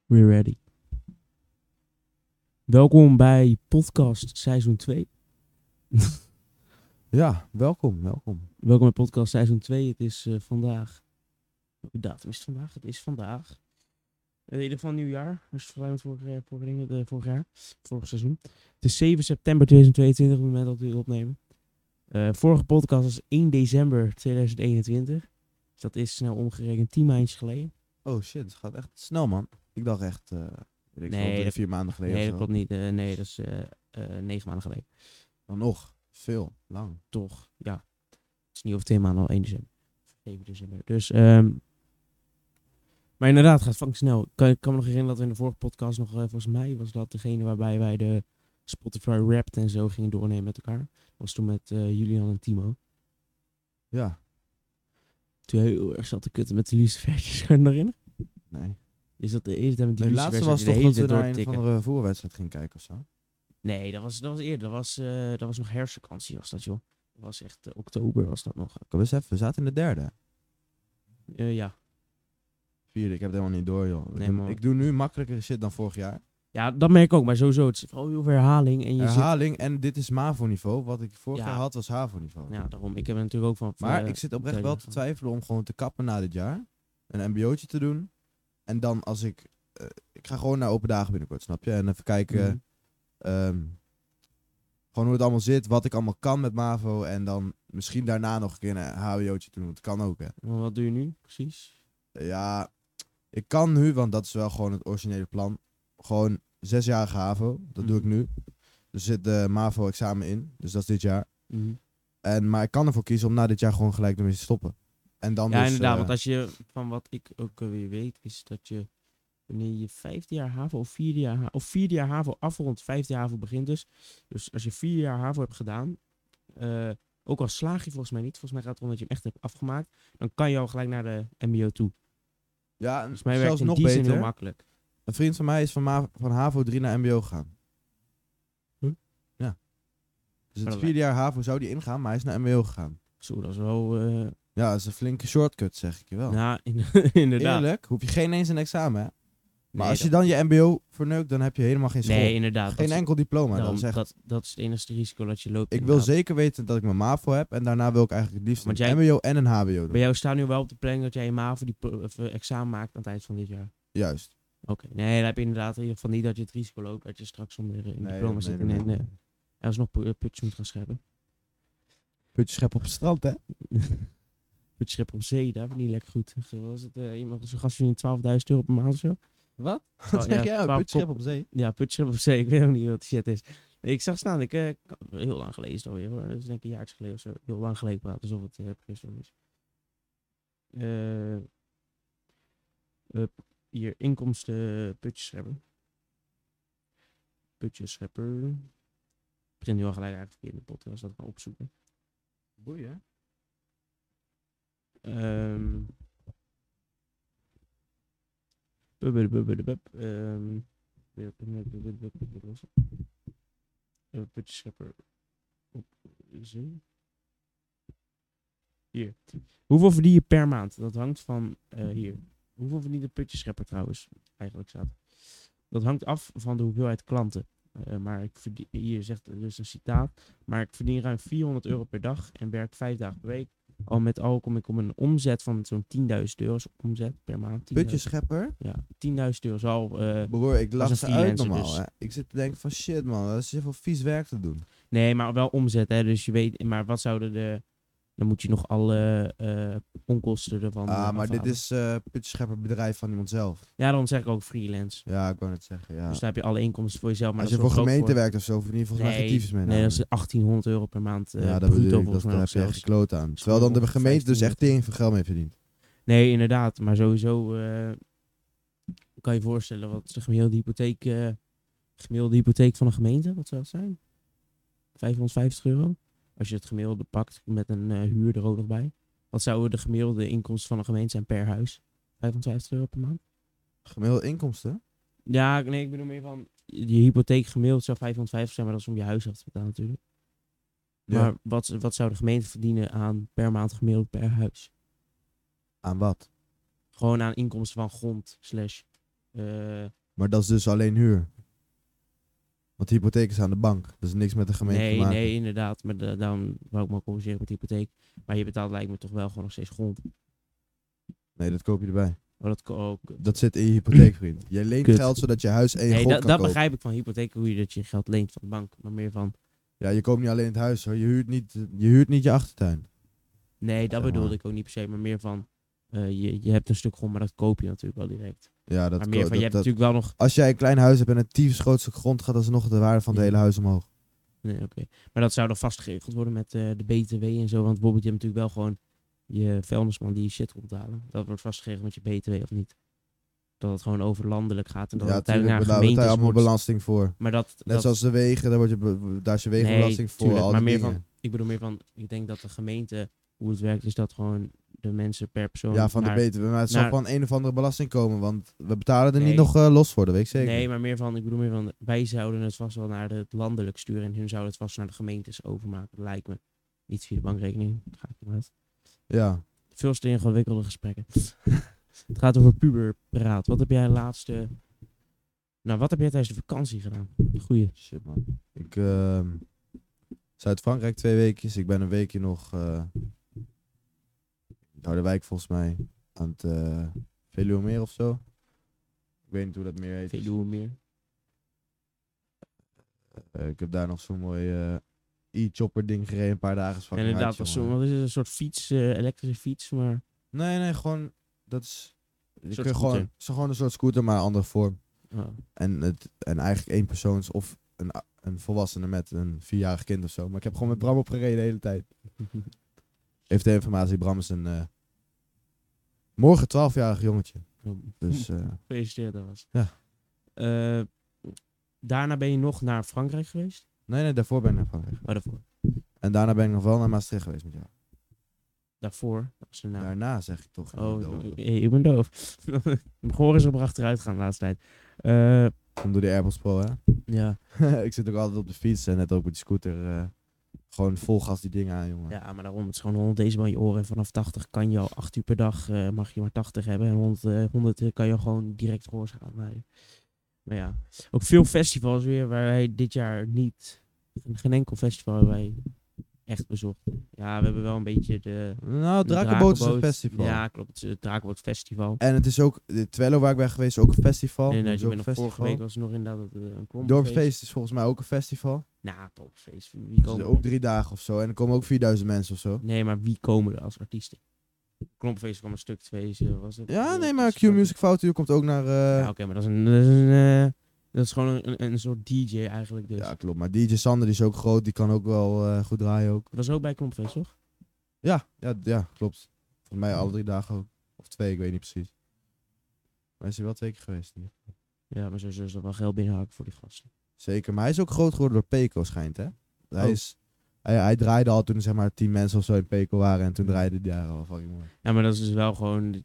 We're ready. Welkom bij podcast seizoen 2. Ja, welkom. Welkom bij podcast seizoen 2. Het is vandaag... Welke datum is het vandaag? Het is vandaag... in ieder geval nieuwjaar. Als je het vergelijkt met vorig seizoen. Het is 7 september 2022 op het moment dat we dit opnemen. Vorige podcast was 1 december 2021. Dus dat is snel omgerekend 10 maandjes geleden. Oh shit, het gaat echt snel, man. Ik dacht echt, Nee, dat- 4 maanden geleden Nee, of dat zo. klopt niet. Nee, dat is 9 maanden geleden. Dan nog, veel, lang. Toch, ja. Het is niet over 2 maanden al 1 december. 7 december. Dus, maar inderdaad, het gaat fucking snel. Ik kan me nog herinneren dat we in de vorige podcast nog, volgens mij was dat degene waarbij wij de Spotify Wrapped en zo gingen doornemen met elkaar. Dat was toen met Julian en Timo. Ja, Toen heel erg zat te kutten met de lucifertjes. Kan je het nog herinneren? nee. Is dat de eerste met die De laatste was lucifertjes toch de hele dat we tijd naar een of doortikken? andere voetbalwedstrijd gingen kijken of zo? Nee, dat was eerder. Dat was nog herfstvakantie was dat, joh. Dat was echt oktober was dat nog. Kom eens even, we zaten in de derde. Ja. Vierde, ik heb het helemaal niet door, joh. Nee, man. Ik doe nu makkelijker shit dan vorig jaar. Ja, dat merk ik ook. Maar sowieso, het is vooral heel veel herhaling. En je zit... Herhaling en dit is MAVO-niveau. Wat ik vorig Ja. jaar had was HAVO-niveau. Ja, daarom. Ik heb er natuurlijk ook van... Maar ik zit oprecht wel te twijfelen om gewoon te kappen na dit jaar. Een mbo'tje te doen. En dan als ik... ik ga gewoon naar open dagen binnenkort, snap je? En even kijken... gewoon hoe het allemaal zit, wat ik allemaal kan met MAVO. En dan misschien daarna nog een keer een hbo'tje doen. Dat kan ook, hè. Maar wat doe je nu, precies? Ja, ik kan nu, want dat is wel gewoon het originele plan. Gewoon 6-jarige HAVO. Dat doe ik nu. Er zit de MAVO-examen in. Dus dat is dit jaar. Maar ik kan ervoor kiezen om na dit jaar gewoon gelijk ermee te stoppen. En dan Ja, dus... inderdaad. Want als je, van wat ik ook weer weet, is dat je... Wanneer je 5e jaar HAVO of 4e jaar, of 4e jaar HAVO afrondt, 5e jaar HAVO begint dus. Dus als je 4 jaar HAVO hebt gedaan, ook al slaag je volgens mij niet, volgens mij gaat het erom dat je hem echt hebt afgemaakt, dan kan je al gelijk naar de mbo toe. ja, Volgens mij werkt zelfs het in nog die zin beter. heel makkelijk. Een vriend van mij is van HAVO 3 naar mbo gegaan. Huh? Ja. Dus Maar het dat 4e jaar HAVO zou die ingaan, maar hij is naar mbo gegaan. Zo, dat is wel... Ja, dat is een flinke shortcut, zeg ik je wel. nou, inderdaad. Eerlijk, hoef je geen eens een examen, hè? Maar Nee, als je dan je mbo verneukt, dan heb je helemaal geen school. Nee, inderdaad. Geen enkel diploma. daarom, Dat is echt... dat is het enige risico dat je loopt. Ik wil inderdaad. zeker weten dat ik mijn MAVO heb. En daarna wil ik eigenlijk het liefst Want een jij- mbo en een hbo doen. Bij jou staat nu wel op de planning dat jij je MAVO examen maakt aan het eind van dit jaar. Juist. Oké, nee, dan heb je inderdaad in ieder geval niet dat je het risico loopt dat je straks zonder een diploma zit en alsnog putjes moet gaan scheppen. Putje schep op het strand, hè? Putjes scheppen op zee, daar heb ik niet lekker goed. Was het iemand zo'n gast van €12.000 per maand of zo? Wat? Oh, Wat zeg ja, jij? 12 Putje schep op zee? Ja, putjes scheppen op zee, ik weet ook niet wat die shit is. Nee, ik zag staan, heel lang geleden is het alweer hoor. Dat is denk ik een jaartje geleden of zo. Heel lang geleden praten, alsof het gisteren is. Hier, inkomsten, putjeschepper. Putjeschepper. Ik begin nu al gelijk eigenlijk verkeerd in de podcast, dat ik ga opzoeken. Boeien. Putjeschepper op zee. Hier. Hoeveel verdien je per maand? Dat hangt van hier. Hoeveel verdient de putjeschepper trouwens? Eigenlijk staat. Dat hangt af van de hoeveelheid klanten. Maar ik verdien, hier zegt dus een citaat. Maar ik verdien ruim €400 per dag en werk 5 dagen per week. Al met al kom ik op een omzet van zo'n €10.000 omzet per maand. Putje schepper? Ja, €10.000 zal. Broer, ik lach als ze een uit freelancer normaal, dus. hè. Ik zit te denken van shit, man. Dat is zoveel vies werk te doen. Nee, maar wel omzet, hè. Dus je weet, maar wat zouden de... Dan moet je nog alle onkosten ervan Maar dit afhalen. is putje schepper bedrijf van iemand zelf. Ja, dan zeg ik ook freelance. Ja, ik wou net zeggen, ja. Dus daar heb je alle inkomsten voor jezelf. Maar Als dat je is voor wel groot gemeente werkt of zo, hoef je niet volgens mij geen tyfus mee. Nee, dat is €1.800 per maand. ja, dat bruto bedoel ik. volgens mij Daar nog heb je echt zelfs. gekloot aan. Terwijl dan de gemeente dus echt tegen veel geld mee verdient. Nee, inderdaad. Maar sowieso kan je voorstellen wat is de gemiddelde hypotheek van een gemeente, wat zou het zijn? €550. Als je het gemiddelde pakt met een huur er ook nog bij. Wat zouden de gemiddelde inkomsten van een gemeente zijn per huis? €55 per maand? Gemiddelde inkomsten? Ja, nee, ik bedoel meer van... Je hypotheek gemiddeld zou €550 zijn, maar dat is om je huis af te betalen natuurlijk. Ja. Maar wat zou de gemeente verdienen aan per maand gemiddeld per huis? Aan wat? Gewoon aan inkomsten van grond / Maar dat is dus alleen huur. Want de hypotheek is aan de bank. Dat is niks met de gemeente te maken. Nee, inderdaad. Maar daarom wou ik me corrigeren met de hypotheek. Maar je betaalt lijkt me toch wel gewoon nog steeds grond. Nee, dat koop je erbij. Oh, ook. Dat zit in je hypotheek, vriend. Je leent Kut. geld zodat je huis en je grond kan dat kopen. begrijp ik van hypotheek, hoe je dat je geld leent van de bank. Maar meer van... Ja, je koopt niet alleen het huis hoor. Je huurt niet je achtertuin. Nee, dat Zeg bedoelde maar. ik ook niet per se. Maar meer van... je hebt een stuk grond, maar dat koop je natuurlijk wel direct. Ja, dat Maar meer van, je hebt natuurlijk wel nog... Als jij een klein huis hebt en een tyfus groot stuk grond, gaat alsnog de waarde van het hele huis omhoog. Nee, oké. Maar dat zou dan vast geregeld worden met de BTW en zo. Want bijvoorbeeld, je hebt natuurlijk wel gewoon je vuilnisman die je shit komt halen. Dat wordt vastgeregeld met je BTW of niet. Dat het gewoon over landelijk gaat. En dat Ja, het natuurlijk, uiteindelijk daar naar betaal je gemeentes allemaal wordt. belasting voor. Maar Net zoals de wegen, daar is je wegenbelasting voor. tuurlijk, Al maar die meer dingen. van, ik bedoel meer van, ik denk dat de gemeente, hoe het werkt, is dat gewoon de mensen per persoon... Ja, van de BTW. Maar het zal naar- van een of andere belasting komen, want we betalen er Nee. niet nog los voor, dat weet ik zeker. Nee, maar meer van, ik bedoel meer van, wij zouden het vast wel naar het landelijk sturen en hun zouden het vast naar de gemeentes overmaken, lijkt me. Niet via de bankrekening, daar ga ik vanuit. Ja. Veel te ingewikkelde gesprekken. Het gaat over puberpraat. Wat heb jij wat heb jij tijdens de vakantie gedaan? Goeie. Shit, man. Ik, Zuid-Frankrijk 2 weekjes. Ik ben een weekje nog in Harderwijk volgens mij. Aan het Veluwemeer of zo. Ik weet niet hoe dat meer heet. Veluwemeer. Ik heb daar nog zo'n mooi e-chopper ding gereden. Een paar dagen. Is En fucking inderdaad, hard, was jongen. wat is het, een soort fiets, elektrische fiets, maar... Nee, gewoon... Dat is... Je soort kun gewoon, scooter. het is gewoon een soort scooter, maar een andere vorm. Oh. En eigenlijk één persoons of een volwassene met een 4-jarig kind of zo. Maar ik heb gewoon met Bram opgereden de hele tijd. Even de informatie, Bram is een morgen 12-jarig jongetje. Dus Gefeliciteerd, dat was. Ja. Daarna ben je nog naar Frankrijk geweest? nee, daarvoor ben ik naar Frankrijk geweest. Daarvoor. En daarna ben ik nog wel naar Maastricht geweest met jou. Daarvoor? Dat was erna. Daarna zeg ik toch. Ik ben doof. Mijn gehoor is op achteruit gaan de laatste tijd. Kom door de AirPods Pro, hè. Ja. Ik zit ook altijd op de fiets en net ook met die scooter. Gewoon vol gas die dingen aan, jongen. Ja, maar daarom, het is gewoon 100 decibel in je oren. En vanaf 80 kan je al 8 uur per dag, mag je maar 80 hebben. En 100 kan je gewoon direct gehoorzaam rijden. Maar ja, ook veel festivals weer waar wij dit jaar niet... Geen enkel festival hebben wij echt bezocht. Ja, we hebben wel een beetje de... Nou, Drakenboot is een festival. Ja, klopt. Het is het Drakenboot Festival. En het is ook, de Twello waar ik ben geweest, is ook een festival. En Dat is je ook bent een nog vorige festival. week was er nog inderdaad een klompenfeest. Dorpsfeest is volgens mij ook een festival. Nou, topfeest. Wie Dus komen ook er? 3 dagen of zo. En er komen ook 4000 mensen of zo. Nee, maar wie komen er als artiesten? Klompenfeest kwam een stuk 2, was het? Ja, nee, maar Q-Music Foutuur komt ook naar... Ja, oké, maar dat is gewoon een soort DJ eigenlijk dus. Ja, klopt. Maar DJ Sander die is ook groot. Die kan ook wel goed draaien ook. Dat was ook bij Klompenfeest, toch? Ja, klopt. Volgens mij alle 3 dagen ook. Of 2, ik weet niet precies. Maar hij is er wel 2 keer geweest. Hier. Ja, maar zo zullen ze wel geld binnenhaken voor die gasten. Zeker. Maar hij is ook groot geworden door Peco, schijnt, hè? Hij draaide al toen er zeg maar 10 mensen of zo in Peco waren. En toen draaide hij daar al fucking mooi. Ja, maar dat is dus wel gewoon...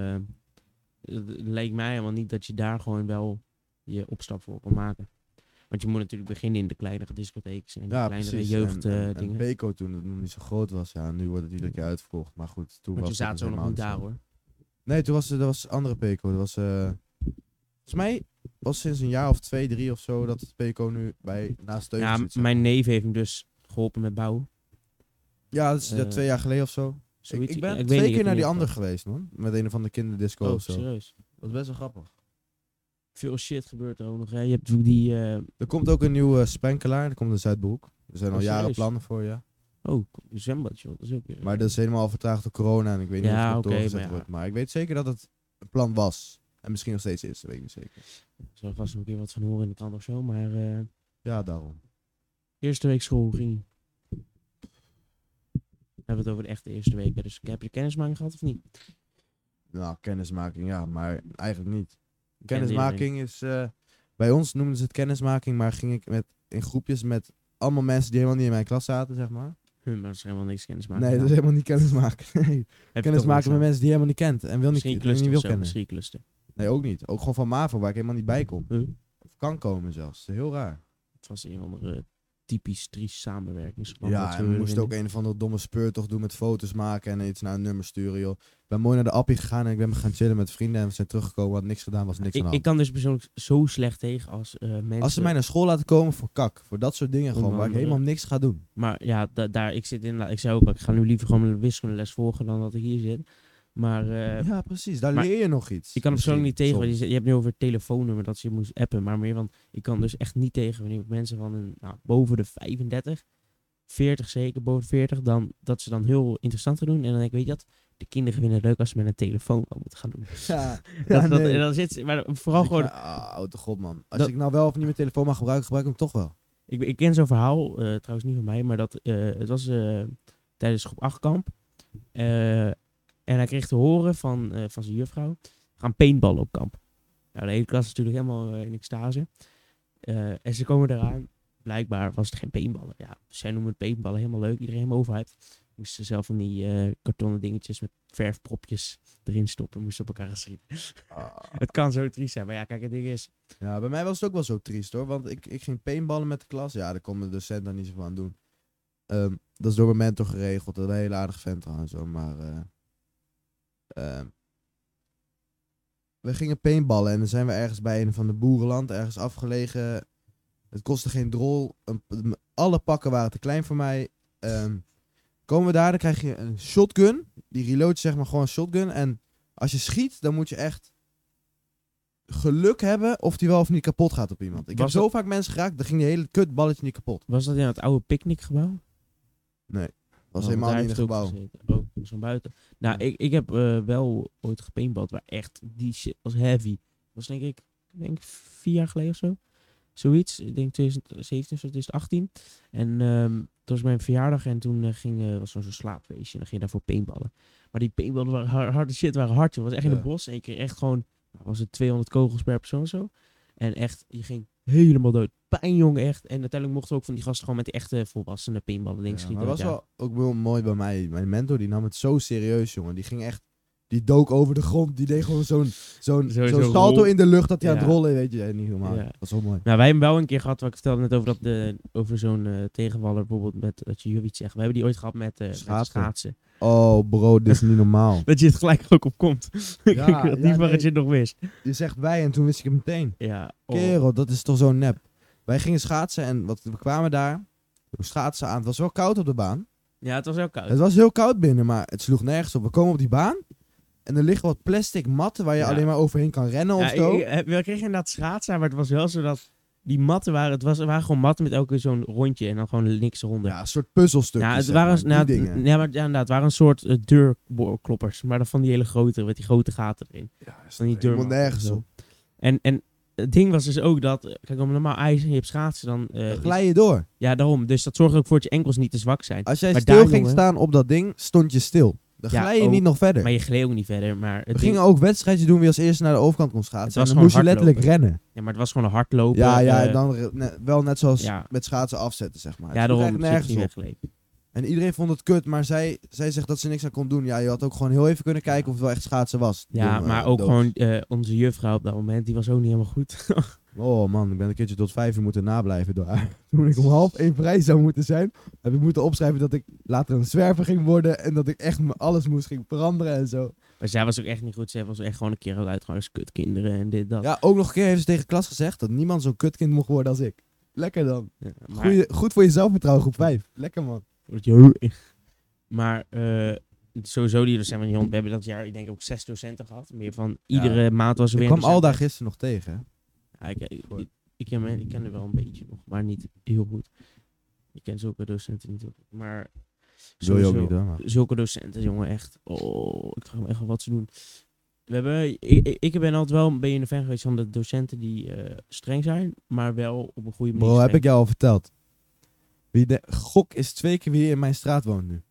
het leek mij helemaal niet dat je daar gewoon wel je opstap voor kon maken. Want je moet natuurlijk beginnen in de kleinere discotheken en de Ja, kleinere precies. jeugddingen. En Peco toen het nog niet zo groot was. Ja, nu wordt het iedere keer uitverkocht. Maar goed, toen Want was je het zaten zo nog niet daar, zo. hoor. Nee, toen was andere Peco. Dat was... volgens mij was sinds een jaar of 2, 3 of zo dat Peco nu bij naast Teun Ja, zit, zeg mijn maar. neef heeft hem dus geholpen met bouwen. Ja, dat is 2 jaar geleden of zo. Zoiets. Ik ben weet 2 niet, keer ik naar die heb andere niet geweest, man. Met een of andere kinderdisco Oh, of zo. serieus. Dat was best wel grappig. Veel shit gebeurt er ook nog. Hè. Je hebt natuurlijk die... Er komt ook een nieuwe Spenkelaar. Er komt in Zuidbroek. Er zijn al Oh, jaren serieus? plannen voor, ja. Oh, zwembad, joh. Dat is ook weer... Maar dat is helemaal vertraagd door corona. En ik weet niet Ja, of het oké, doorgezet maar ja. wordt. Maar ik weet zeker dat het een plan was. En misschien nog steeds is. Dat weet ik niet zeker. Ik zal er vast nog een keer wat van horen in de krant of zo. Maar Ja, daarom. eerste week school hoe ging. We hebben het over de echte eerste week. Hè. Dus heb je kennismaking gehad of niet? Nou, kennismaking, ja. Maar eigenlijk niet. Kende iedereen? Kennismaking is... bij ons noemden ze het kennismaking. Maar ging ik in groepjes met allemaal mensen die helemaal niet in mijn klas zaten, zeg maar. Maar dat is helemaal niks kennismaking. Nee, dat is helemaal niet kennismaken. Nee. Heb je Kennismaken toch met mensen die je helemaal niet kent. En wil Misschien niet klusten wil of zo, kennen. misschien klusten. Nee, ook niet. Ook gewoon van MAVO, waar ik helemaal niet bij kom. Huh? Of kan komen zelfs. Dat is heel raar. Het was een of andere typisch triest samenwerkingsverband. Ja, en we moesten ook een of andere domme speurtocht doen met foto's maken en iets naar een nummer sturen, joh. Ik ben mooi naar de appie gegaan en ik ben gaan chillen met vrienden en we zijn teruggekomen, hadden niks gedaan, was niks aan de hand. Ik kan dus persoonlijk zo slecht tegen als mensen... Als ze mij naar school laten komen voor kak, voor dat soort dingen gewoon, waar ik helemaal niks ga doen. Maar ja, ik zei ook al, ik ga nu liever gewoon een wiskundeles volgen dan dat ik hier zit. Maar... ja, precies, daar leer je nog iets. Ik kan er persoonlijk niet tegen, want je hebt nu over het telefoonnummer dat je moest appen, maar meer van, ik kan dus echt niet tegen wanneer mensen van boven de 35, 40 zeker, boven de 40, dan, dat ze dan heel interessant gaan doen. En dan denk ik, weet je dat, de kinderen vinden het leuk als ze met een telefoon al moeten gaan doen. Ja, en dan zit ze, maar vooral gewoon... oude god, man. Als ik nou wel of niet mijn telefoon mag gebruiken, gebruik ik hem toch wel. Ik ken zo'n verhaal, trouwens niet van mij, maar dat het was tijdens groep 8 kamp. En hij kreeg te horen van zijn juffrouw, gaan paintballen op kamp. Nou, de hele klas is natuurlijk helemaal in extase. En ze komen eraan. Blijkbaar was het geen paintballen. Ja, zij noemen het paintballen helemaal leuk. Iedereen helemaal overhyped. Moesten zelf van die kartonnen dingetjes met verfpropjes erin stoppen. Moesten op elkaar gaan schieten. Het kan zo triest zijn. Maar ja, kijk, het ding is... Ja, bij mij was het ook wel zo triest, hoor. Want ik ging paintballen met de klas. Ja, daar kon de docent dan niet zoveel aan doen. Dat is door mijn mentor geregeld. Dat is een hele aardige vent trouwens, hoor. Maar... we gingen paintballen en dan zijn we ergens bij een van de boerenland, ergens afgelegen. Het kostte geen drol. Alle pakken waren te klein voor mij. Komen we daar, dan krijg je een shotgun. Die reload zeg maar gewoon een shotgun. En als je schiet, dan moet je echt geluk hebben of die wel of niet kapot gaat op iemand. Ik heb zo vaak mensen geraakt, dan ging die hele kutballetje niet kapot. Was dat in het oude picknickgebouw? Nee. Was helemaal niet in het gebouw. Oh, zo'n buiten. Nou, ik heb wel ooit gepaintballed waar echt die shit was heavy. Dat was denk ik 4 jaar geleden of zo. Zoiets. Ik denk 2017 of 2018. En toen was mijn verjaardag en toen was zo'n slaapfeestje. En dan ging je daarvoor paintballen. Maar die paintballen waren harde shit, waren hard. Het was echt in de bos. En je kreeg echt gewoon, was het 200 kogels per persoon zo. En echt, je ging helemaal dood. Pijn, jongen, echt. En uiteindelijk mochten we ook van die gasten gewoon met die echte volwassenen paintballen dingen schieten. Maar dat was wel ook wel mooi bij mij. Mijn mentor, die nam het zo serieus, jongen. Die ging echt, die dook over de grond. Die deed gewoon zo'n salto in de lucht dat hij aan het rollen, weet je. Niet helemaal. Ja. Dat was wel mooi. Nou, wij hebben wel een keer gehad, wat ik vertelde net over over zo'n tegenvaller, bijvoorbeeld met, dat je iets zegt. We hebben die ooit gehad met schaatsen. Oh bro, dit is niet normaal. Dat je het gelijk ook op komt. Ja, niet waar het je nog wist. Je zegt wij en toen wist ik het meteen. Ja. Kerel, dat is toch zo nep. Wij gingen schaatsen en we kwamen daar. We schaatsen aan. Het was wel koud op de baan. Ja, het was heel koud. Het was heel koud binnen, maar het sloeg nergens op. We komen op die baan en er liggen wat plastic matten waar je alleen maar overheen kan rennen of zo. We kregen inderdaad schaatsen, maar het was wel zo dat die matten waren gewoon matten met elke zo'n rondje en dan gewoon niks eronder. Ja, een soort puzzelstukjes. Ja, het waren dingen. Ja, maar inderdaad, het waren een soort deurkloppers, maar dan van die hele grote, met die grote gaten erin. Ja, is van die helemaal nergens op. En het ding was dus ook dat, kijk, om normaal ijs en je hebt schaatsen, dan glij je door. Ja, daarom. Dus dat zorgt ook voor dat je enkels niet te zwak zijn. Als jij stil ging staan op dat ding, stond je stil. Dan glij je niet nog verder. Maar je gleed ook niet verder. Maar we gingen ook wedstrijdjes doen wie als eerste naar de overkant kon schaatsen. En dan moest je letterlijk rennen. Ja, maar het was gewoon een hardlopen. Ja, dan wel net zoals met schaatsen afzetten, zeg maar. Ja, daarom nergens op. En iedereen vond het kut, maar zij zegt dat ze niks aan kon doen. Ja, je had ook gewoon heel even kunnen kijken of het wel echt schaatsen was. Ja, maar ook gewoon onze juffrouw op dat moment, die was ook niet helemaal goed. Oh man, ik ben een keertje tot 5 uur moeten nablijven door haar. Toen ik om 12:30 vrij zou moeten zijn, heb ik moeten opschrijven dat ik later een zwerver ging worden en dat ik echt alles ging veranderen en zo. Maar zij was ook echt niet goed. Zij was echt gewoon een keer uit als kutkinderen en dit, dat. Ja, ook nog een keer heeft ze tegen de klas gezegd dat niemand zo'n kutkind mocht worden als ik. Lekker dan. Ja, maar... Goed voor je zelfvertrouwen, groep 5. Lekker man. Maar sowieso die docenten, we hebben dat jaar, ik denk ook 6 docenten gehad. Meer van iedere maand was er weer. Ik kwam Alda gisteren nog tegen. Ja, ik ken er wel een beetje nog, maar niet heel goed. Ik ken zulke docenten niet heel goed. Maar zulke docenten, jongen, echt. Oh, ik vraag me echt wel wat ze doen. Ik ben altijd wel een beetje een fan geweest van de docenten die streng zijn, maar wel op een goede manier. Bro, heb ik jou al verteld. Gok is 2 keer wie in mijn straat woont nu.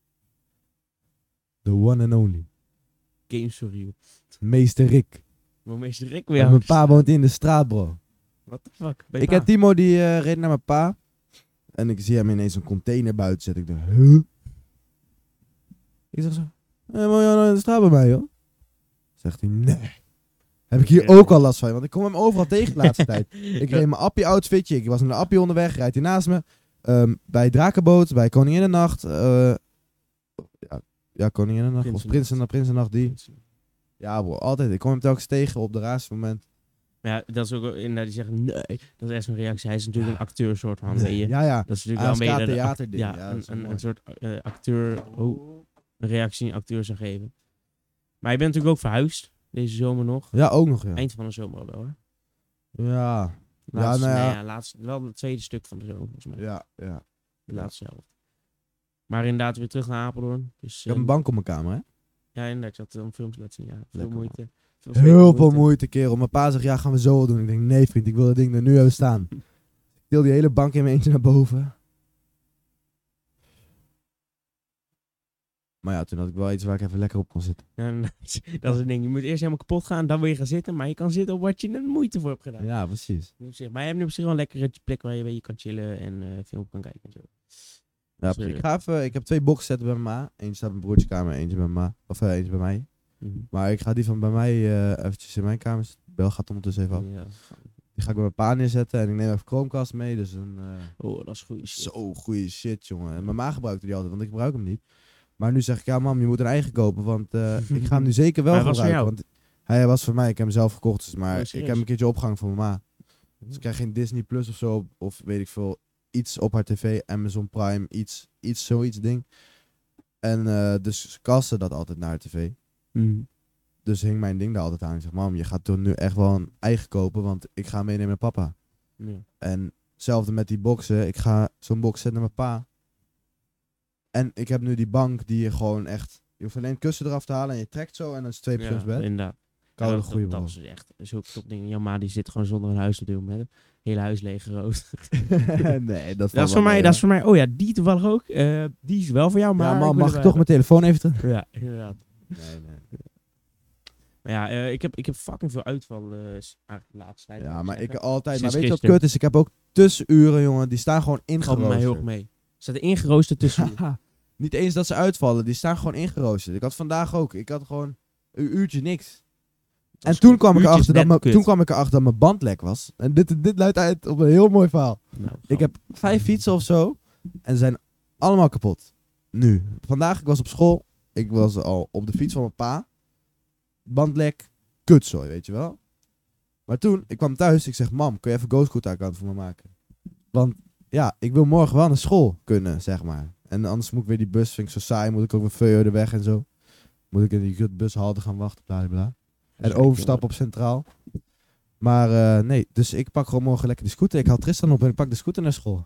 The one and only. Game Surreal. Meester Rick. Meester Rick weer. Mijn pa woont in de straat, bro. What the fuck? Ik heb Timo die reed naar mijn pa. En ik zie hem ineens een container buiten zetten. Ik dacht, huh? Ik zeg zo, woon jij nou in de straat bij mij, joh? Zegt hij, nee. Heb ik hier ook al last van, want ik kom hem overal tegen de laatste tijd. Ik reed mijn appie outfitje, ik was met een appie onderweg, rijdt hij naast me. Bij Drakenboot, bij Koninginnennacht. Ja, Koninginnennacht. Of Prinsennacht die. Ja bro, altijd. Ik kom hem telkens tegen op de raarste moment. Maar ja, dat is ook inderdaad, die zeggen nee. Dat is echt zo'n reactie. Hij is natuurlijk een acteur soort van, weet je. Ja. Dat is natuurlijk wel ASK meer theaterding. ja, een soort acteur, een reactie die een acteur zou geven. Maar je bent natuurlijk ook verhuisd, deze zomer nog. Ja, ook nog ja. Eind van de zomer al wel, hè? Ja. Laatste, wel het tweede stuk van de zomer, volgens mij. Ja. De laatste helft. Maar inderdaad weer terug naar Apeldoorn. Dus, Ik heb een bank op mijn kamer, hè? Ja, inderdaad. Je had dan films laten zien. Ja, veel Lekker, moeite. Heel veel moeite, kerel. Mijn pa zegt, ja, gaan we zo wel doen. Ik denk, nee vriend, ik wil dat ding er nu hebben staan. Ik til die hele bank in mijn eentje naar boven. Maar ja, toen had ik wel iets waar ik even lekker op kon zitten. Ja, dat is het ding. Je moet eerst helemaal kapot gaan, dan wil je gaan zitten. Maar je kan zitten op wat je er moeite voor hebt gedaan. Ja, precies. Maar je hebt nu op zich wel een lekkere plek waar je kan chillen en film kan kijken en zo. Ja, Dus, ik heb 2 boxsets bij mijn ma. Eentje staat in mijn broertje kamer, eentje bij mijn ma. Of eentje bij mij. Maar ik ga die van bij mij eventjes in mijn kamer zetten. De bel gaat ondertussen even af. Ja. Die ga ik bij mijn pa neerzetten en ik neem even Chromecast mee. Dus een, Oh, dat is goeie shit. zo goede shit, jongen. En mijn ma gebruikte die altijd, want ik gebruik hem niet. Maar nu zeg ik, ja mam, je moet een eigen kopen, want ik ga hem nu zeker wel Maar gebruiken. Want hij was voor mij, ik heb hem zelf gekocht, dus, maar serieus? ik heb hem een keertje opgehangen voor mijn ma. Dus ik krijg geen Disney Plus of zo, of weet ik veel, iets op haar tv, Amazon Prime, zoiets ding. En dus kaste dat altijd naar haar tv. Dus hing mijn ding daar altijd aan. Ik zeg, mam, je gaat toen nu echt wel een eigen kopen, want ik ga meenemen naar papa. Ja. En hetzelfde met die boxen. Ik ga zo'n box zetten naar mijn pa. En ik heb nu die bank die je gewoon echt... Je hoeft alleen het kussen eraf te halen en je trekt zo en dan is het 2 persoons bed. Inderdaad. Kan een dat goede dat is echt zulke top dingen. Jouw ma die zit gewoon zonder een huis op dit moment. Hele huis leeg geroost. Nee, dat is voor mij. Dat is voor mij. Oh ja, die toevallig ook. Die is wel voor jou, maar... Ja, man, mag ik toch mijn telefoon even terug? Ja, inderdaad. Nee. Maar ja, ik heb fucking veel uitval eigenlijk de laatste tijd. Ja, maar ik altijd... Maar Sinds weet je wat gisteren. kut is? Ik heb ook tussenuren, jongen. Die staan gewoon Valt bij mij heel erg ingeroosterd. mee. Staat er ingeroosterd tussen. Niet eens dat ze uitvallen. Die staan gewoon ingeroosterd. Ik had vandaag ook. Ik had gewoon een uurtje niks. En toen kwam, toen kwam ik erachter dat mijn band lek was. En dit luidt uit op een heel mooi verhaal. Nou, Ik heb 5 fietsen of zo. En ze zijn allemaal kapot. Nu. Vandaag, ik was op school. Ik was al op de fiets van mijn pa. Bandlek. Kutzooi, weet je wel. Maar toen, ik kwam thuis. Ik zeg, mam, kun je even GoScooter-account voor me maken? Want ja, ik wil morgen wel naar school kunnen, zeg maar. En anders moet ik weer die bus, vind ik zo saai. Moet ik ook weer veel uur de weg en zo. Moet ik in die bushalte gaan wachten, bla. En overstappen op Centraal. Maar nee, dus ik pak gewoon morgen lekker de scooter. Ik haal Tristan op en ik pak de scooter naar school.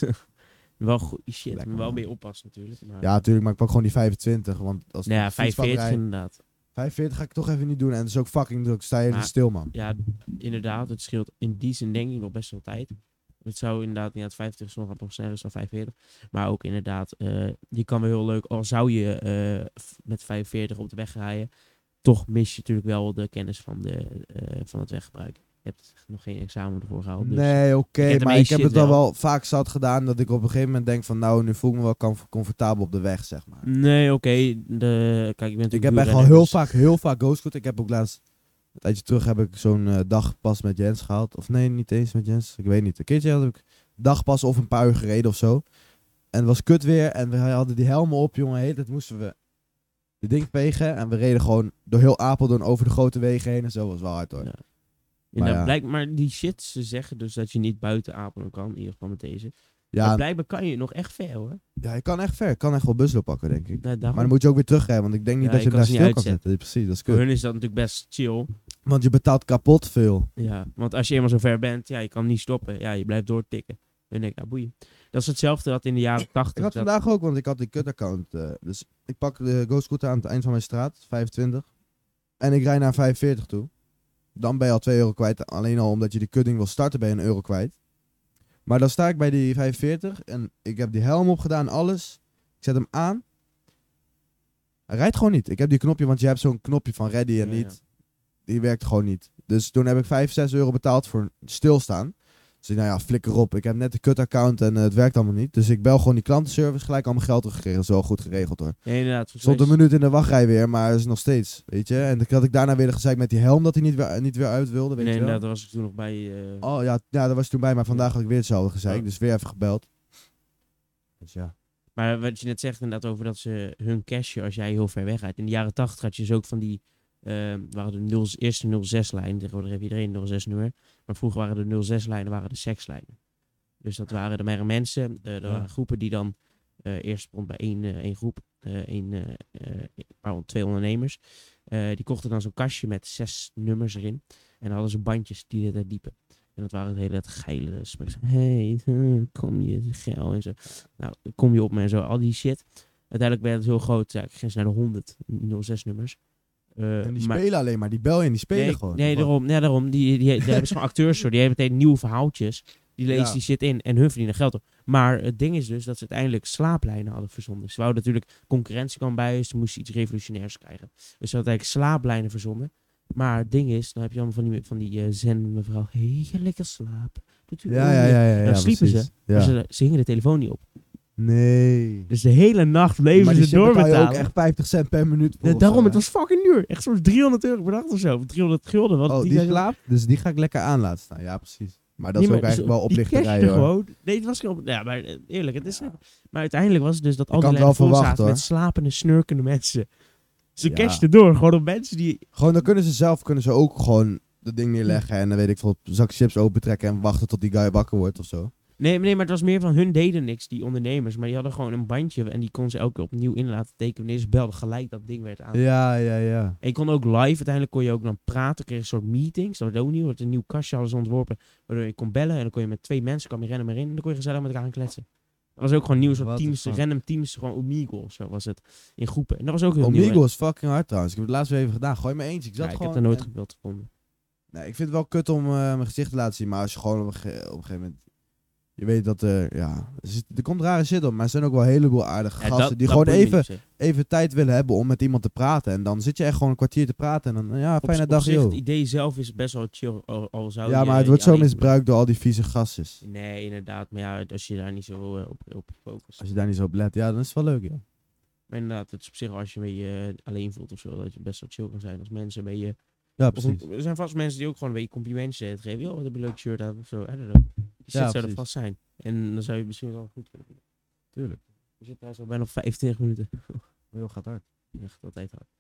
Wel goed shit. Lekker, Maar wel man. mee oppassen natuurlijk. Maar... Ja, natuurlijk, maar ik pak gewoon die 25. Want als Nou ja, ik op de fietsbak 45 rijd, inderdaad. 45 ga ik toch even niet doen. En het is ook fucking druk. Sta je even Maar- stil, man. Ja, inderdaad. Het scheelt in die zin denk ik nog best wel tijd. Het zou inderdaad niet uit 50 is nog sneller is dan 45. Maar ook inderdaad, je kan wel heel leuk, al zou je met 45 op de weg rijden, toch mis je natuurlijk wel de kennis van het weggebruik. Je hebt nog geen examen ervoor gehaald. Dus. Nee, oké, Ik heb de maar ik meeste heb het shit al wel. wel vaak zat gedaan dat ik op een gegeven moment denk van nou, nu voel ik me wel comfortabel op de weg, zeg maar. Nee, oké. Kijk, ik ben Ik heb echt al heel vaak GoScooter. Ik heb ook laatst, een tijdje terug heb ik zo'n dagpas met Jens gehaald. Of nee, niet eens met Jens. Ik weet niet. Een keertje had ik dagpas of een paar uur gereden of zo. En het was kut weer. En we hadden die helmen op, jongen. Heet het moesten we die ding vegen. En we reden gewoon door heel Apeldoorn over de grote wegen heen. En zo was wel hard hoor. Ja. Maar ja. Maar die shit, ze zeggen dus dat je niet buiten Apeldoorn kan. In ieder geval met deze. Ja, Maar blijkbaar kan je nog echt ver hoor. ja, ik kan echt ver. Ik kan echt wel busloop pakken, denk ik. Nou, Maar dan moet je ook weer terugrijden. Want ik denk niet Ja, dat je je hem kan daar ze niet stil kan zetten. Precies, dat is Voor kut. hun is dat natuurlijk best chill. Want je betaalt kapot veel. Ja, want als je eenmaal zo ver bent, ja, je kan niet stoppen. Ja, je blijft doortikken. En denk ik, nou boeien. Dat is hetzelfde dat in de jaren 80. Ik had vandaag ook, want ik had die kut-account. Dus ik pak de GoScooter aan het eind van mijn straat, 25. En ik rijd naar 45 toe. Dan ben je al €2 kwijt. Alleen al omdat je die kutding wil starten, ben je €1 kwijt. Maar dan sta ik bij die 45 en ik heb die helm opgedaan, alles. Ik zet hem aan. Hij rijdt gewoon niet. Ik heb die knopje, want je hebt zo'n knopje van ready en Ja, niet. Die werkt gewoon niet. Dus toen heb ik €5-6 betaald voor stilstaan. Dus nou ja, flikker op. Ik heb net de kut-account en het werkt allemaal niet. Dus ik bel gewoon die klantenservice, gelijk al mijn geld teruggekregen. Dat is wel goed geregeld hoor. Ja, inderdaad. Stond een minuut in de wachtrij weer, maar het is nog steeds, weet je. En dan had ik daarna weer gezegd met die helm dat hij niet weer uit wilde, weet Nee, je wel. inderdaad, daar was ik toen nog bij. Oh ja, daar was ik toen bij, maar vandaag had ik weer hetzelfde gezegd. Dus weer even gebeld. Dus ja. Maar wat je net zegt inderdaad over dat ze hun cache, als jij heel ver weg gaat. In de jaren 80 had je dus ook van die, waren de eerste 06-lijnen. Tegenwoordig heeft iedereen een 06-nummer. Maar vroeger waren de 06-lijnen waren de sekslijnen. Dus dat waren er meerdere mensen. Er waren groepen die dan eerst stond bij één groep. Twee ondernemers. Die kochten dan zo'n kastje met 6 nummers erin. En dan hadden ze bandjes die er diepen. En dat waren het hele geile. Dus hey, kom je geil en zo. Nou, kom je op me en zo. Al die shit. Uiteindelijk werd het heel groot. Ja, ik ging ze naar de 100 06 nummers. En die spelen alleen maar. Die bel je en die spelen gewoon. Nee, daarom. Die hebben gewoon acteurs zo. Die hebben meteen nieuwe verhaaltjes. Die lezen die shit in en hun verdienen geld op. Maar het ding is dus dat ze uiteindelijk slaaplijnen hadden verzonnen. Ze wouden natuurlijk concurrentie kwam bij. Dus ze moesten iets revolutionairs krijgen. Dus ze hadden eigenlijk slaaplijnen verzonnen. Maar het ding is, dan heb je allemaal van die zen mevrouw. Hé, ga lekker slapen. Ja, dan sliepen precies. ze. Ja. Dus ze hingen de telefoon niet op. Nee. Dus de hele nacht bleven maar ze doorbetalen. Maar je ook echt 50 cent per minuut voor. Daarom, het was fucking duur. Echt zo'n €300 per dag of zo. 300 gulden. Want die slaapt? Dus die ga ik lekker aan laten staan. Ja, precies. Maar dat is ook eigenlijk wel oplichterij, hoor. Gewoon. Nee, het was gewoon... Ja, maar eerlijk, het is... Ja. Maar uiteindelijk was het dus dat al die lijnen vol zaten met slapende, snurkende mensen. Ze cashten door. Gewoon op mensen die... Gewoon, dan kunnen ze ook gewoon dat ding neerleggen en dan weet ik veel, een zak chips opentrekken en wachten tot die guy wakker wordt of zo. Nee, maar het was meer van hun deden niks, die ondernemers. Maar die hadden gewoon een bandje en die kon ze elke keer opnieuw in laten tekenen. Wanneer ze belden, gelijk dat ding werd aan. Ja. En je kon ook live, uiteindelijk kon je ook dan praten, kreeg je een soort meetings. Dat werd ook nieuw, een nieuw kastje hadden ze ontworpen. Waardoor je kon bellen en dan kon je met 2 mensen, kwam je rennen maar in en dan kon je gezellig met elkaar gaan kletsen. Dat was ook gewoon nieuw soort teams, random teams, gewoon Omegle of zo was het, in groepen. En dat was ook heel nieuw. Omegle is fucking hard trouwens. Ik heb het laatst weer even gedaan. Gooi me eens. Ik heb er nooit gewild gevonden. Nee, ik vind het wel kut om mijn gezicht te laten zien, maar als je gewoon op een gegeven moment... Je weet dat er komt rare shit op, maar er zijn ook wel een heleboel aardige gasten die gewoon even tijd willen hebben om met iemand te praten. En dan zit je echt gewoon een kwartier te praten en dan, fijne dag, joh. Het idee zelf is best wel chill, al zou ja, maar het wordt zo misbruikt door al die vieze gastjes. Nee, inderdaad, maar ja, als je daar niet zo op focust. Als je daar niet zo op let, ja, dan is het wel leuk, ja. Maar inderdaad, het is op zich als je je alleen voelt of zo, dat je best wel chill kan zijn als mensen een beetje... Ja, precies. Er zijn vast mensen die ook gewoon een beetje complimentjes geven. Joh, wat heb je een leuk shirt aan of zo. I don't know. Die shit zou er vast zijn. En dan zou je misschien wel goed kunnen doen. Tuurlijk. We zitten daar zo bijna op 25 minuten. Heel gaat hard. Echt, dat heet hard.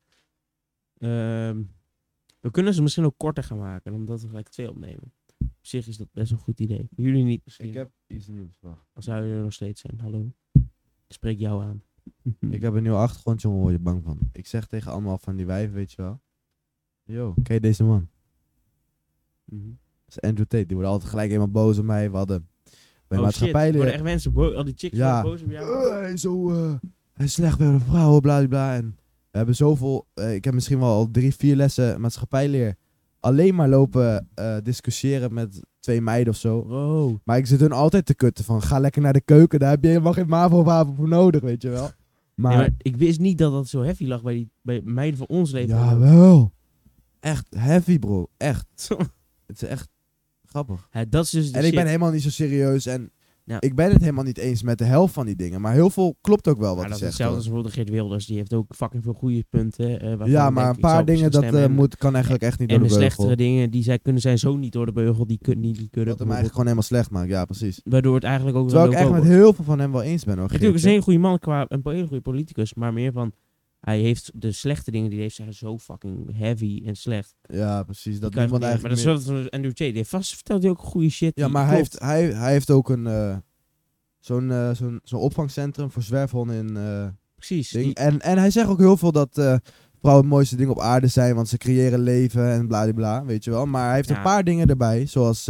We kunnen ze misschien ook korter gaan maken, omdat we gelijk 2 opnemen. Op zich is dat best een goed idee. Voor jullie niet misschien. Ik heb iets nieuws. Wacht. Dan zou je er nog steeds zijn. Hallo. Ik spreek jou aan. Ik heb een nieuw achtergrondje, jongen, word je bang van. Ik zeg tegen allemaal van die wijven, weet je wel. Yo, ken je deze man? Dat is Andrew Tate. Die wordt altijd gelijk helemaal boos op mij. We hadden bij maatschappij worden echt mensen boos. Al die chicks worden boos op jou. Hij is slecht bij de vrouwen, bladibla. En we hebben zoveel... ik heb misschien wel al 3-4 lessen maatschappijleer alleen maar lopen discussiëren met 2 meiden of zo. Wow. Maar ik zit hun altijd te kutten van, ga lekker naar de keuken. Daar heb je helemaal geen MAVO-wapen voor nodig, weet je wel. Maar ik wist niet dat dat zo heavy lag bij meiden van ons leven. Jawel. Echt heavy, bro. Echt. Het is echt grappig. Dat is dus en ik ben helemaal niet zo serieus. En ik ben het helemaal niet eens met de helft van die dingen. Maar heel veel klopt ook wel wat hij zegt. Hetzelfde als bijvoorbeeld Geert Wilders. Die heeft ook fucking veel goede punten. Maar een paar dingen kan eigenlijk echt niet door de beugel. En de slechtere dingen die kunnen zijn zo niet door de beugel. Die kunnen. Dat hem eigenlijk gewoon helemaal slecht maakt. Ja, precies. Waardoor het eigenlijk ook... Terwijl ik echt met heel veel van hem wel eens ben, hoor. Natuurlijk is een hele goede man, een hele goede politicus. Maar meer van... Hij heeft de slechte dingen die hij heeft zijn zo fucking heavy en slecht. Ja, precies. Dat niemand eigenlijk maar dat is wel Andrew Tate. Die heeft vast vertelt hij ook goede shit. Ja, maar hij heeft ook een zo'n opvangcentrum voor zwerfhonden in. Precies. En hij zegt ook heel veel dat vrouwen het mooiste ding op aarde zijn, want ze creëren leven en bladibla, weet je wel. Maar hij heeft een paar dingen erbij, zoals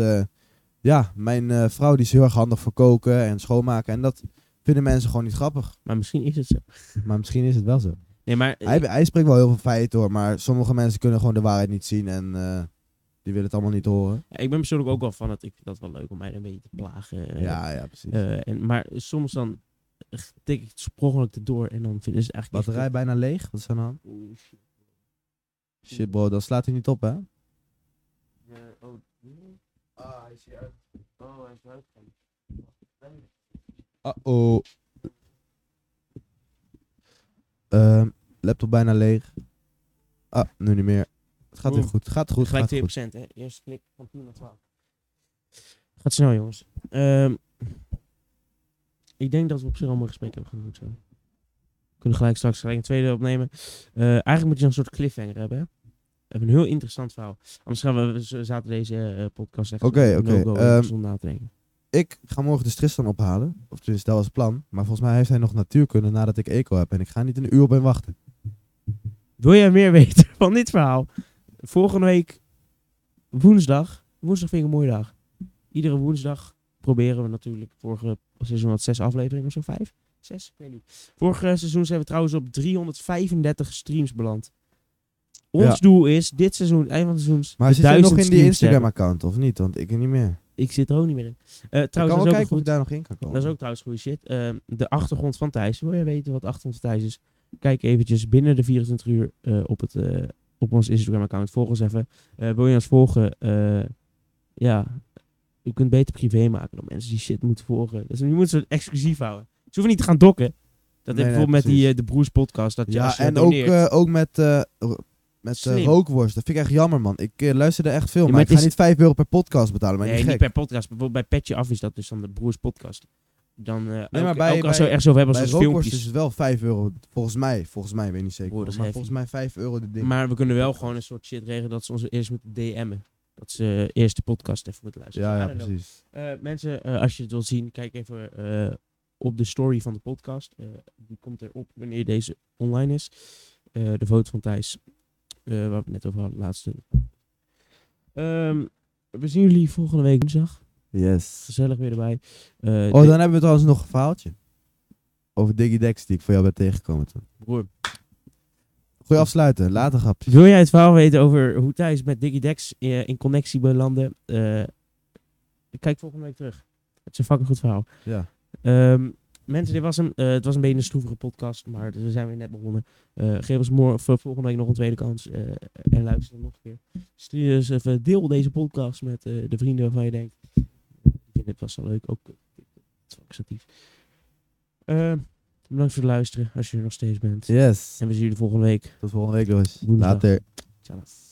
mijn vrouw die is heel erg handig voor koken en schoonmaken en dat vinden mensen gewoon niet grappig. Maar misschien is het zo. Maar misschien is het wel zo. Nee, maar hij spreekt wel heel veel feiten hoor, maar sommige mensen kunnen gewoon de waarheid niet zien en die willen het allemaal niet horen. Ja, ik ben persoonlijk ook wel van het. Ik vind dat wel leuk om mij een beetje te plagen. Ja, precies. Maar soms dan tik ik het sprongelijk erdoor en dan vinden ze het eigenlijk... Batterij bijna leeg? Wat is er aan? Shit bro, dan slaat hij niet op hè? Hij is hier uit. Hij is eruit gegaan. Laptop bijna leeg. Nu niet meer. Het gaat weer goed. Gaat goed. Gelijk 2%, hè. Eerste klik van 10 naar 12. Gaat snel, jongens. Ik denk dat we op zich al een gesprek hebben genoemd. Zo. We kunnen gelijk een tweede opnemen. Eigenlijk moet je een soort cliffhanger hebben. Hè? We hebben een heel interessant verhaal. Anders gaan we zaten deze podcast echt Oké. zonder na te denken. Ik ga morgen dus Tristan ophalen. Of tenminste, dat was het plan. Maar volgens mij heeft hij nog natuurkunde nadat ik eco heb. En ik ga niet een uur op hem wachten. Wil jij meer weten van dit verhaal? Volgende week woensdag. Woensdag vind ik een mooie dag. Iedere woensdag proberen we natuurlijk. Vorige seizoen had 6 afleveringen of zo. 5? 6? Ik weet niet. Vorige seizoen zijn we trouwens op 335 streams beland. Ons doel is dit seizoen, eind van het seizoen. Maar zit je nog in die Instagram-account of niet? Want ik niet meer. Ik zit er ook niet meer in. Ik kan wel kijken of ik daar nog in kan komen. Dat is ook trouwens goede shit. De achtergrond van Thijs. Wil je weten wat de achtergrond van Thijs is? Kijk eventjes binnen de 24 uur op ons Instagram-account. Volg ons even. Wil je ons volgen? Je kunt beter privé maken dan mensen die shit moeten volgen. Dus je moet ze exclusief houden. Ze hoeven niet te gaan dokken. Dat heb bijvoorbeeld met de Broers podcast. Dat je als je en doneert, ook met rookworst. Dat vind ik echt jammer, man. Ik luister er echt veel. Maar ik ga niet €5 per podcast betalen. Maar niet per podcast. Bijvoorbeeld bij Petje Af is dat dus dan de Broers podcast. Dan, maar als we er zo hebben als filmpjes. Is het wel €5. Volgens mij, weet ik niet zeker. Maar volgens mij €5 de ding. Maar we kunnen wel gewoon een soort shit regelen dat ze ons eerst moeten DM'en. Dat ze eerst de podcast even moeten luisteren. Ja, precies. Mensen, als je het wilt zien, kijk even op de story van de podcast. Die komt erop wanneer deze online is. De foto van Thijs. Waar we het net over hadden, laatste. We zien jullie volgende week woensdag. Yes. Gezellig weer erbij. Dan hebben we trouwens nog een verhaaltje. Over Digidex die ik voor jou ben tegengekomen toen. Broer. Goeie afsluiten. Later, grapjes. Wil jij het verhaal weten over hoe Thijs met Digidex in connectie belandde? Kijk volgende week terug. Het is een fucking goed verhaal. Ja. Mensen, dit was hem. Het was een beetje een stroevige podcast, maar we zijn weer net begonnen. Geef ons volgende week nog een tweede kans. En luister nog een keer. Stuur eens even, deel deze podcast met de vrienden waarvan je denkt. Ik vind dit vast wel leuk. Ook actief. Bedankt voor het luisteren, als je er nog steeds bent. Yes. En we zien jullie volgende week. Tot volgende week, jongens. Woensdag. Later. Ciao.